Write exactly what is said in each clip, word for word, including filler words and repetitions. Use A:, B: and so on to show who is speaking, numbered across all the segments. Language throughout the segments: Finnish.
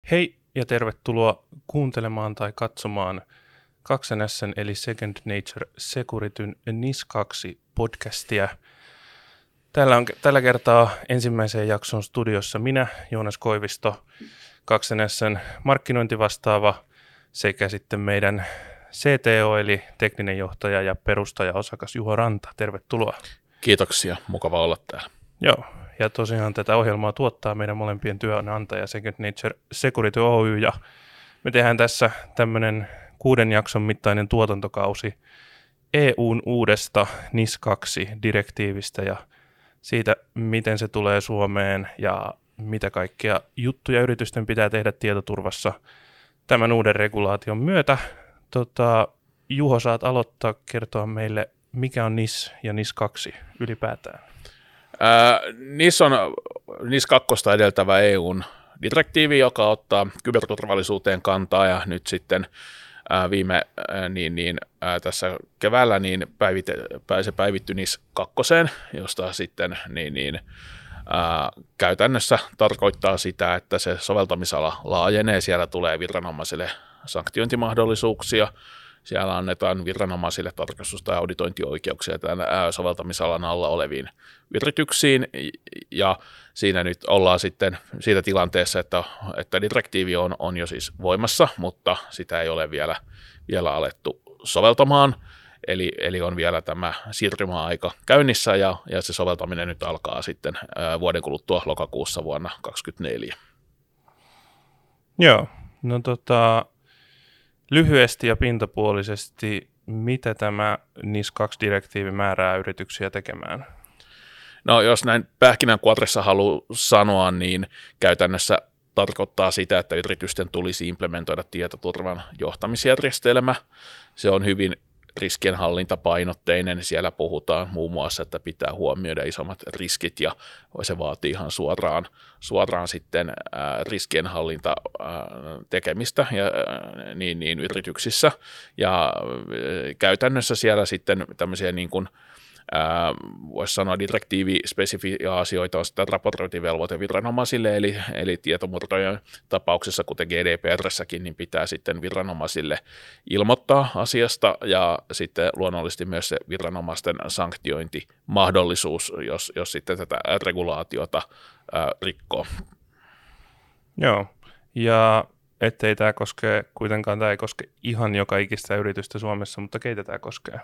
A: Hei ja tervetuloa kuuntelemaan tai katsomaan kaksi N S:n eli Second Nature Securityn N I S kaksi podcastia. Täällä on tällä kertaa ensimmäiseen jakson studiossa minä, Joonas Koivisto, kaksi N S:n markkinointivastaava sekä sitten meidän C T O eli tekninen johtaja ja perustaja-osakas Juho Ranta. Tervetuloa.
B: Kiitoksia, mukava olla täällä.
A: Joo, ja tosiaan tätä ohjelmaa tuottaa meidän molempien työnantaja Second Nature Security Oy, ja me tehdään tässä tämmöinen kuuden jakson mittainen tuotantokausi E U:n uudesta N I S kaksi -direktiivistä ja siitä, miten se tulee Suomeen ja mitä kaikkia juttuja yritysten pitää tehdä tietoturvassa tämän uuden regulaation myötä. Tota, Juho, saat aloittaa kertoa meille, mikä on N I S ja N I S kaksi ylipäätään.
B: Ää, N I S on N I S kaksi edeltävä E U:n direktiivi, joka ottaa kyberturvallisuuteen kantaa, ja nyt sitten ää, viime ää, niin, niin, ää, tässä keväällä niin päivit, se päivittyi N I S kaksi, josta sitten niin, niin, ää, käytännössä tarkoittaa sitä, että se soveltamisala laajenee, siellä tulee viranomaisille sanktiointimahdollisuuksia, siellä annetaan viranomaisille tarkastus- tai auditointioikeuksia tämän soveltamisalan alla oleviin yrityksiin, ja siinä nyt ollaan sitten siitä tilanteessa, että, että direktiivi on, on jo siis voimassa, mutta sitä ei ole vielä, vielä alettu soveltamaan, eli, eli on vielä tämä siirtymäaika käynnissä, ja, ja se soveltaminen nyt alkaa sitten ää, vuoden kuluttua lokakuussa vuonna kaksituhattakaksikymmentäneljä.
A: Joo, no tota... lyhyesti ja pintapuolisesti, mitä tämä N I S kaksi -direktiivi määrää yrityksiä tekemään?
B: No jos näin pähkinänkuoressa haluaa sanoa, niin käytännössä tarkoittaa sitä, että yritysten tulisi implementoida tietoturvan johtamisjärjestelmä. Se on hyvin riskienhallintapainotteinen. Siellä puhutaan muun muassa, että pitää huomioida isommat riskit, ja se vaatii ihan suoraan, suoraan sitten ää, riskienhallinta ää, tekemistä ja, ää, niin, niin yrityksissä. Ja ää, käytännössä siellä sitten tämmöisiä niin kuin voisi sanoa direktiivispesifiä asioita on sitä raportointivelvoite viranomaisille, eli, eli tietomurtojen tapauksessa, kuten G D P R:ssäkin, niin pitää sitten viranomaisille ilmoittaa asiasta, ja sitten luonnollisesti myös se viranomaisten sanktiointimahdollisuus, jos, jos sitten tätä regulaatiota ää, rikkoo. Joo,
A: ja ettei tämä koske, kuitenkaan tämä ei koske ihan joka ikistä yritystä Suomessa, mutta keitä tämä koskee?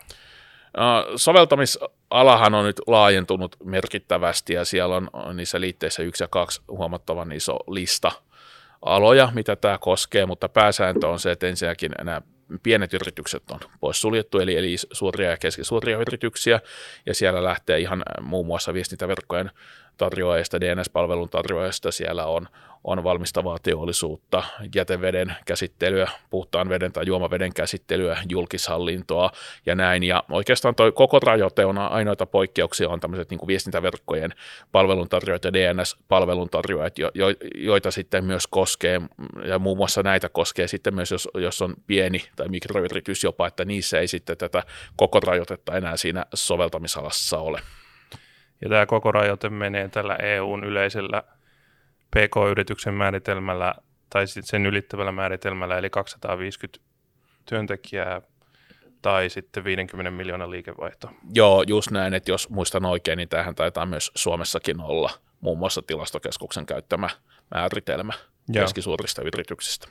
B: Soveltamisalahan on nyt laajentunut merkittävästi, ja siellä on niissä liitteissä yksi ja kaksi huomattavan iso lista aloja, mitä tämä koskee, mutta pääsääntö on se, että ensinnäkin nämä pienet yritykset on pois suljettu, eli, eli suuria ja keskisuuria yrityksiä, ja siellä lähtee ihan muun muassa viestintäverkkojen tarjoajista, D N S-palvelun tarjoajista, siellä on, on valmistavaa teollisuutta, jäteveden käsittelyä, puhtaan veden tai juomaveden käsittelyä, julkishallintoa ja näin, ja oikeastaan toi koko rajoite on ainoita poikkeuksia, on tämmöiset niin kuin viestintäverkkojen palveluntarjoajat ja D N S-palveluntarjoajat, jo, jo, joita sitten myös koskee, ja muun muassa näitä koskee sitten myös, jos, jos on pieni tai mikroyritys jopa, että niissä ei sitten tätä koko rajoitetta enää siinä soveltamisalassa ole.
A: Ja tämä koko rajoite menee tällä E U:n yleisellä P K-yrityksen määritelmällä tai sitten sen ylittävällä määritelmällä, eli kaksisataaviisikymmentä työntekijää tai sitten viidenkymmenen miljoonan liikevaihto.
B: Joo, just näin, että jos muistan oikein, niin tämähän taitaa myös Suomessakin olla muun muassa Tilastokeskuksen käyttämä määritelmä keskisuurista yrityksistä.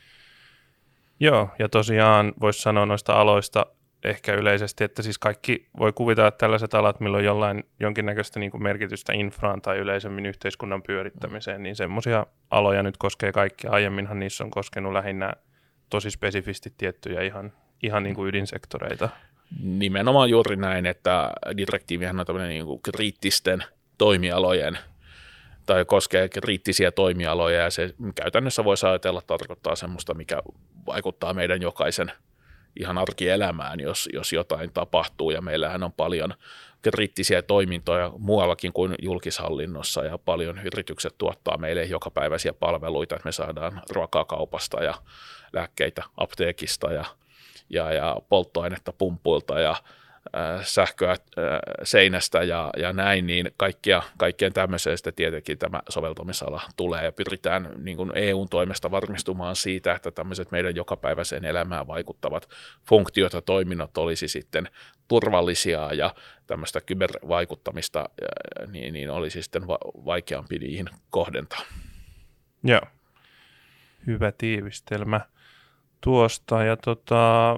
A: Joo, ja tosiaan voisi sanoa noista aloista ehkä yleisesti, että siis kaikki voi kuvitella, että tällaiset alat, millä on jollain jonkinnäköistä niin kuin merkitystä infraan tai yleisemmin yhteiskunnan pyörittämiseen, niin semmoisia aloja nyt koskee kaikkia. Aiemminhan niissä on koskenut lähinnä tosi spesifisti tiettyjä ihan, ihan niin kuin ydinsektoreita.
B: Nimenomaan juuri näin, että direktiivihän on tämmöinen niin kuin kriittisten toimialojen tai koskee kriittisiä toimialoja, ja se käytännössä voisi ajatella tarkoittaa semmoista, mikä vaikuttaa meidän jokaisen ihan arkielämään, jos, jos jotain tapahtuu, ja meillähän on paljon kriittisiä toimintoja muuallakin kuin julkishallinnossa, ja paljon yritykset tuottaa meille jokapäiväisiä palveluita, että me saadaan ruokaa kaupasta ja lääkkeitä apteekista ja, ja, ja polttoainetta pumpuilta ja sähköä seinästä ja, ja näin, niin kaikkia, kaikkien tämmöisestä tietenkin tämä soveltamisala tulee ja pyritään niin kuin E U:n toimesta varmistumaan siitä, että tämmöiset meidän jokapäiväiseen elämään vaikuttavat funktiot ja toiminnot olisi sitten turvallisia ja tämmöistä kybervaikuttamista niin, niin olisi sitten va- vaikeampi niihin kohdentaa.
A: Joo, hyvä tiivistelmä tuosta ja tota,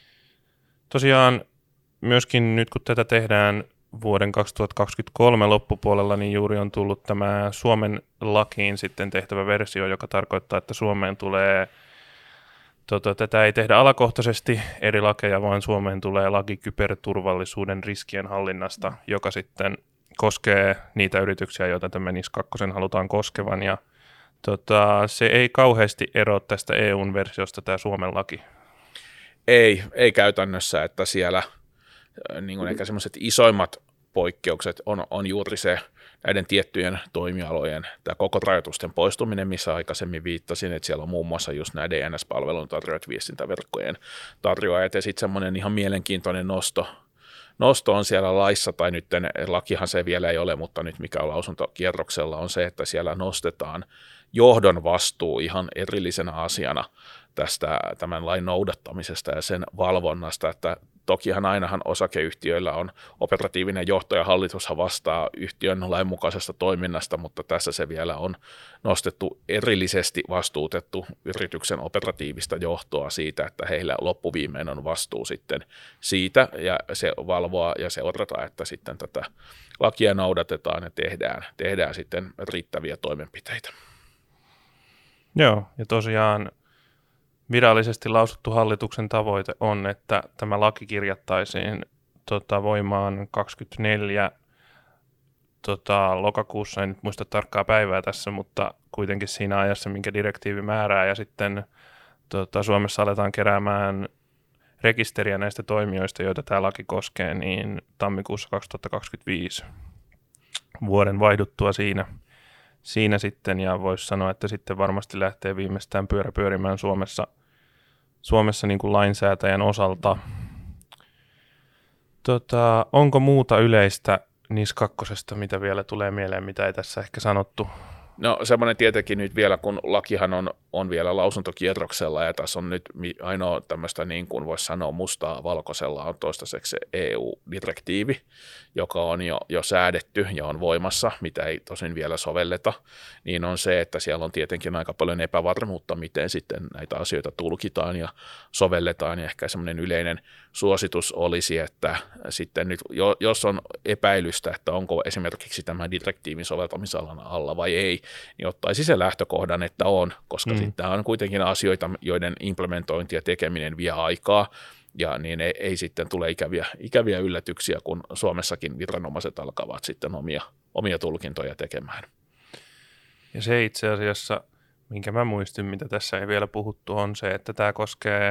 A: tosiaan myöskin nyt kun tätä tehdään vuoden kaksituhattakaksikymmentäkolme loppupuolella, niin juuri on tullut tämä Suomen lakiin sitten tehtävä versio, joka tarkoittaa, että Suomeen tulee, tota, tätä ei tehdä alakohtaisesti eri lakeja, vaan Suomeen tulee laki kyberturvallisuuden riskien hallinnasta, joka sitten koskee niitä yrityksiä, joita tämä N I S kaksi halutaan koskevan. Ja tota, se ei kauheasti ero tästä E U:n versiosta tämä Suomen laki.
B: Ei, ei käytännössä, että siellä niin kuin ehkä semmoiset isoimmat poikkeukset on, on juuri se näiden tiettyjen toimialojen, tämä koko rajoitusten poistuminen, missä aikaisemmin viittasin, että siellä on muun muassa just nämä D N S-palvelun tarjoajat, viestintäverkkojen tarjoajat, ja sitten semmoinen ihan mielenkiintoinen nosto, nosto on siellä laissa, tai nyt lakihan se vielä ei ole, mutta nyt mikä on lausuntokierroksella on se, että siellä nostetaan johdon vastuu ihan erillisenä asiana tästä tämän lain noudattamisesta ja sen valvonnasta, että tokihan ainahan osakeyhtiöillä on operatiivinen johto ja hallitushan vastaa yhtiön lainmukaisesta toiminnasta, mutta tässä se vielä on nostettu erillisesti vastuutettu yrityksen operatiivista johtoa siitä, että heillä loppuviimein on vastuu sitten siitä ja se valvoa ja seurata, että sitten tätä lakia noudatetaan ja tehdään, tehdään sitten riittäviä toimenpiteitä.
A: Joo, ja tosiaan virallisesti lausuttu hallituksen tavoite on, että tämä laki kirjattaisiin tota, voimaan kaksikymmentäneljä tota, lokakuussa, en nyt muista tarkkaa päivää tässä, mutta kuitenkin siinä ajassa, minkä direktiivi määrää, ja sitten tota, Suomessa aletaan keräämään rekisteriä näistä toimijoista, joita tämä laki koskee, niin tammikuussa kaksituhattakaksikymmentäviisi vuoden vaihduttua siinä. Siinä sitten, ja voisi sanoa, että sitten varmasti lähtee viimeistään pyörä pyörimään Suomessa, Suomessa niin kuin lainsäätäjän osalta. Tota, onko muuta yleistä N I S kaksi, mitä vielä tulee mieleen, mitä ei tässä ehkä sanottu?
B: No semmoinen tietenkin nyt vielä, kun lakihan on, on vielä lausuntokierroksella ja tässä on nyt ainoa tämmöistä niin kuin voisi sanoa mustaa valkoisella on toistaiseksi E U-direktiivi, joka on jo, jo säädetty ja on voimassa, mitä ei tosin vielä sovelleta, niin on se, että siellä on tietenkin aika paljon epävarmuutta, miten sitten näitä asioita tulkitaan ja sovelletaan ja ehkä semmoinen yleinen suositus olisi, että sitten nyt jos on epäilystä, että onko esimerkiksi tämä direktiivin soveltamisalan alla vai ei, niin ottaisi se lähtökohdan, että on, koska mm. sitten on kuitenkin asioita, joiden implementointi ja tekeminen vie aikaa, ja niin ei, ei sitten tule ikäviä, ikäviä yllätyksiä, kun Suomessakin viranomaiset alkavat sitten omia, omia tulkintoja tekemään.
A: Ja se itse asiassa, minkä mä muistin, mitä tässä ei vielä puhuttu, on se, että tämä koskee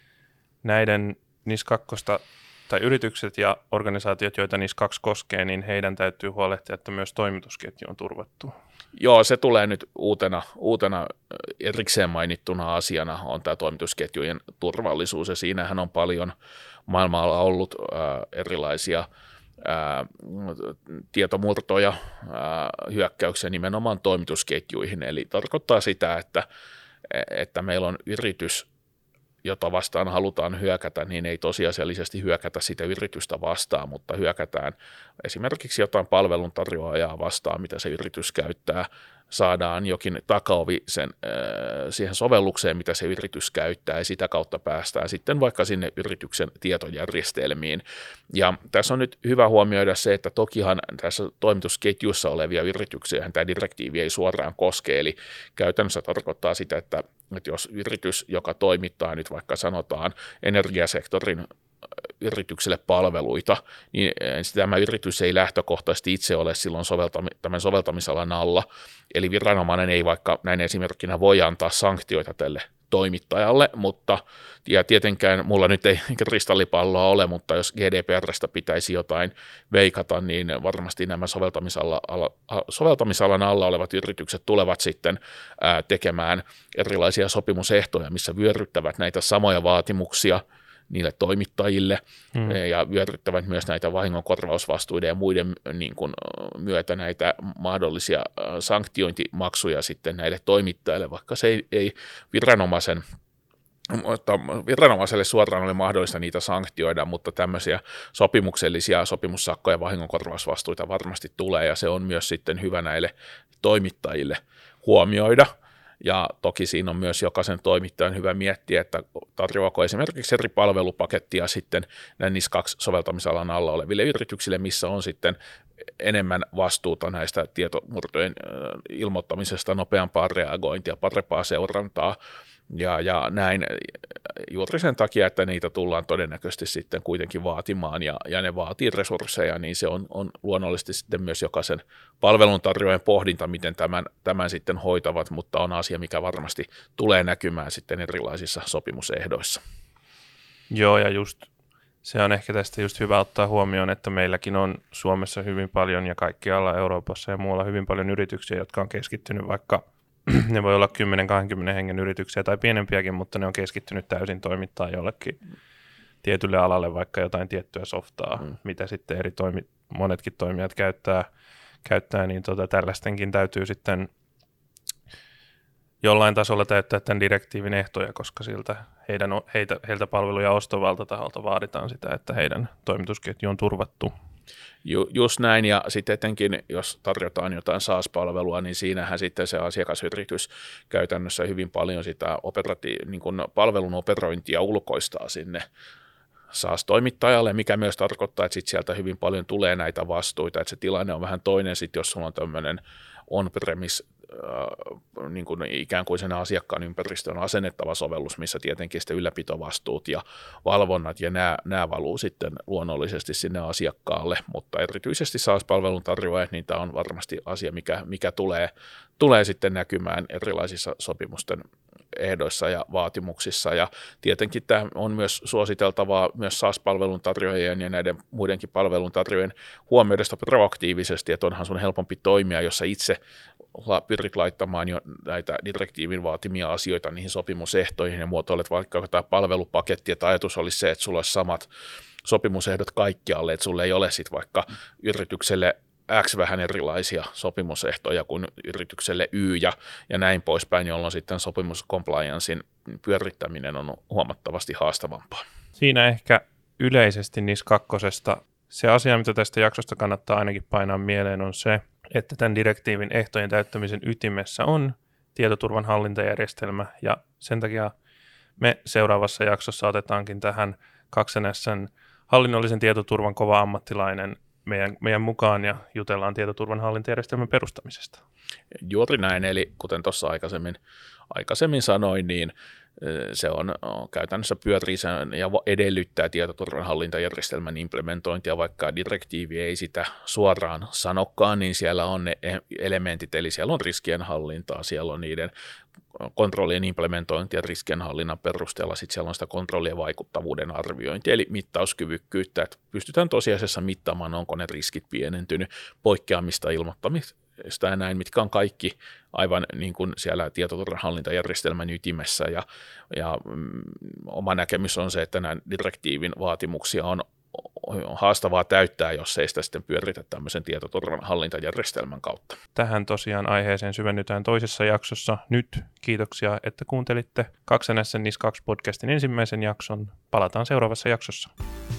A: näiden N I S kaksi tai yritykset ja organisaatiot, joita N I S kaksi koskee, niin heidän täytyy huolehtia, että myös toimitusketju on turvattu.
B: Joo, se tulee nyt uutena, uutena erikseen mainittuna asiana, on tämä toimitusketjujen turvallisuus, ja siinähän on paljon maailmalla ollut ää, erilaisia ää, tietomurtoja, ää, hyökkäyksiä nimenomaan toimitusketjuihin, eli tarkoittaa sitä, että, että meillä on yritys, jota vastaan halutaan hyökätä, niin ei tosiasiallisesti hyökätä sitä yritystä vastaan, mutta hyökätään esimerkiksi jotain palveluntarjoajaa vastaan, mitä se yritys käyttää, saadaan jokin takaovi sen, äh, siihen sovellukseen, mitä se yritys käyttää, ja sitä kautta päästään sitten vaikka sinne yrityksen tietojärjestelmiin. Ja tässä on nyt hyvä huomioida se, että tokihan tässä toimitusketjussa olevia yrityksiä tämä direktiivi ei suoraan koske, eli käytännössä tarkoittaa sitä, että, että jos yritys, joka toimittaa nyt vaikka sanotaan energiasektorin yritykselle palveluita, niin tämä yritys ei lähtökohtaisesti itse ole silloin soveltami- tämän soveltamisalan alla, eli viranomainen ei vaikka näin esimerkkinä voi antaa sanktioita tälle toimittajalle, mutta ja tietenkään mulla nyt ei kristallipalloa ole, mutta jos G D P R:stä pitäisi jotain veikata, niin varmasti nämä soveltamisala, ala, soveltamisalan alla olevat yritykset tulevat sitten ää, tekemään erilaisia sopimusehtoja, missä vyöryttävät näitä samoja vaatimuksia niille toimittajille
A: hmm.
B: ja vyöryttävät myös näitä vahingonkorvausvastuiden ja muiden niin kuin, myötä näitä mahdollisia sanktiointimaksuja sitten näille toimittajille, vaikka se ei, ei viranomaisen Mutta viranomaiselle suoraan oli mahdollista niitä sanktioida, mutta tämmöisiä sopimuksellisia sopimussakkoja ja vahingonkorvausvastuita varmasti tulee, ja se on myös sitten hyvä näille toimittajille huomioida. Ja toki siinä on myös jokaisen toimittajan hyvä miettiä, että tarjoako esimerkiksi eri palvelupakettia sitten näissä kaksi soveltamisalan alla oleville yrityksille, missä on sitten enemmän vastuuta näistä tietomurtojen ilmoittamisesta, nopeampaa reagointia, parempaa seurantaa, Ja, ja näin juuri sen takia, että niitä tullaan todennäköisesti sitten kuitenkin vaatimaan ja, ja ne vaatii resursseja, niin se on, on luonnollisesti sitten myös jokaisen palveluntarjoajan pohdinta, miten tämän, tämän sitten hoitavat, mutta on asia, mikä varmasti tulee näkymään sitten erilaisissa sopimusehdoissa.
A: Joo, ja just se on ehkä tästä just hyvä ottaa huomioon, että meilläkin on Suomessa hyvin paljon ja kaikkialla Euroopassa ja muualla hyvin paljon yrityksiä, jotka on keskittynyt vaikka ne voi olla kymmenen kaksikymmentä hengen yrityksiä tai pienempiäkin, mutta ne on keskittynyt täysin toimittaa jollekin tietylle alalle vaikka jotain tiettyä softaa, mm. mitä sitten eri toimi, monetkin toimijat käyttää, käyttää niin tota, tällaistenkin täytyy sitten jollain tasolla täyttää tämän direktiivin ehtoja, koska siltä heidän, heitä, heiltä palveluja ostovalta taholta vaaditaan sitä, että heidän toimitusketju on turvattu.
B: Ju, just näin, ja sitten etenkin, jos tarjotaan jotain SaaS-palvelua, niin siinähän sitten se asiakasyritys käytännössä hyvin paljon sitä operati- niin kuin palvelun operointia ulkoistaa sinne SaaS-toimittajalle, mikä myös tarkoittaa, että sit sieltä hyvin paljon tulee näitä vastuita, että se tilanne on vähän toinen sitten, jos sulla on tämmöinen on-premise äh, niin kuin ikään kuin sen asiakkaan ympäristöön asennettava sovellus, missä tietenkin sitten ylläpitovastuut ja valvonnat ja nämä, nämä valuu sitten luonnollisesti sinne asiakkaalle, mutta erityisesti SaaS-palvelun tarjoajat, niin tämä on varmasti asia, mikä, mikä tulee, tulee sitten näkymään erilaisissa sopimusten ehdoissa ja vaatimuksissa, ja tietenkin tämä on myös suositeltavaa myös SaaS-palvelun tarjoajien ja näiden muidenkin palvelun tarjoajien huomioida sitä proaktiivisesti, että onhan sun helpompi toimia, jos sä itse pyrit laittamaan jo näitä direktiivin vaatimia asioita niihin sopimusehtoihin ja muotoilet vaikka jotain palvelupakettia, että ajatus olisi se, että sulla olisi samat sopimusehdot kaikkialle, että sulla ei ole sitten vaikka yritykselle X vähän erilaisia sopimusehtoja kuin yritykselle Y ja, ja näin poispäin, jolloin sitten sopimuscompliancein pyörittäminen on huomattavasti haastavampaa.
A: Siinä ehkä yleisesti NIS kakkosesta se asia, mitä tästä jaksosta kannattaa ainakin painaa mieleen, on se, että tämän direktiivin ehtojen täyttämisen ytimessä on tietoturvan hallintajärjestelmä, ja sen takia me seuraavassa jaksossa otetaankin tähän kaksi N:n hallinnollisen tietoturvan kova ammattilainen meidän, meidän mukaan ja jutellaan tietoturvan hallintajärjestelmän perustamisesta.
B: Juuri näin, eli kuten tuossa aikaisemmin, aikaisemmin sanoin, niin se on käytännössä pyörii ja edellyttää tietoturvan hallintajärjestelmän implementointia, vaikka direktiivi ei sitä suoraan sanokaan, niin siellä on ne elementit, eli siellä on riskien hallintaa, siellä on niiden kontrollien implementointia riskien hallinnan perusteella, sitten siellä on sitä kontrollien vaikuttavuuden arviointia, eli mittauskyvykkyyttä, että pystytään tosiasiassa mittaamaan, onko ne riskit pienentynyt, poikkeamista ilmoittamista ja näin, mitkä on kaikki aivan niin kuin siellä tietoturvan hallintajärjestelmän ytimessä, ja, ja mm, oma näkemys on se, että nämä direktiivin vaatimuksia on haastavaa täyttää, jos ei sitä sitten pyöritä tämmöisen tietoturvan hallintajärjestelmän kautta.
A: Tähän tosiaan aiheeseen syvennytään toisessa jaksossa. Nyt kiitoksia, että kuuntelitte kaksi N:n NIS kaksi podcastin ensimmäisen jakson. Palataan seuraavassa jaksossa.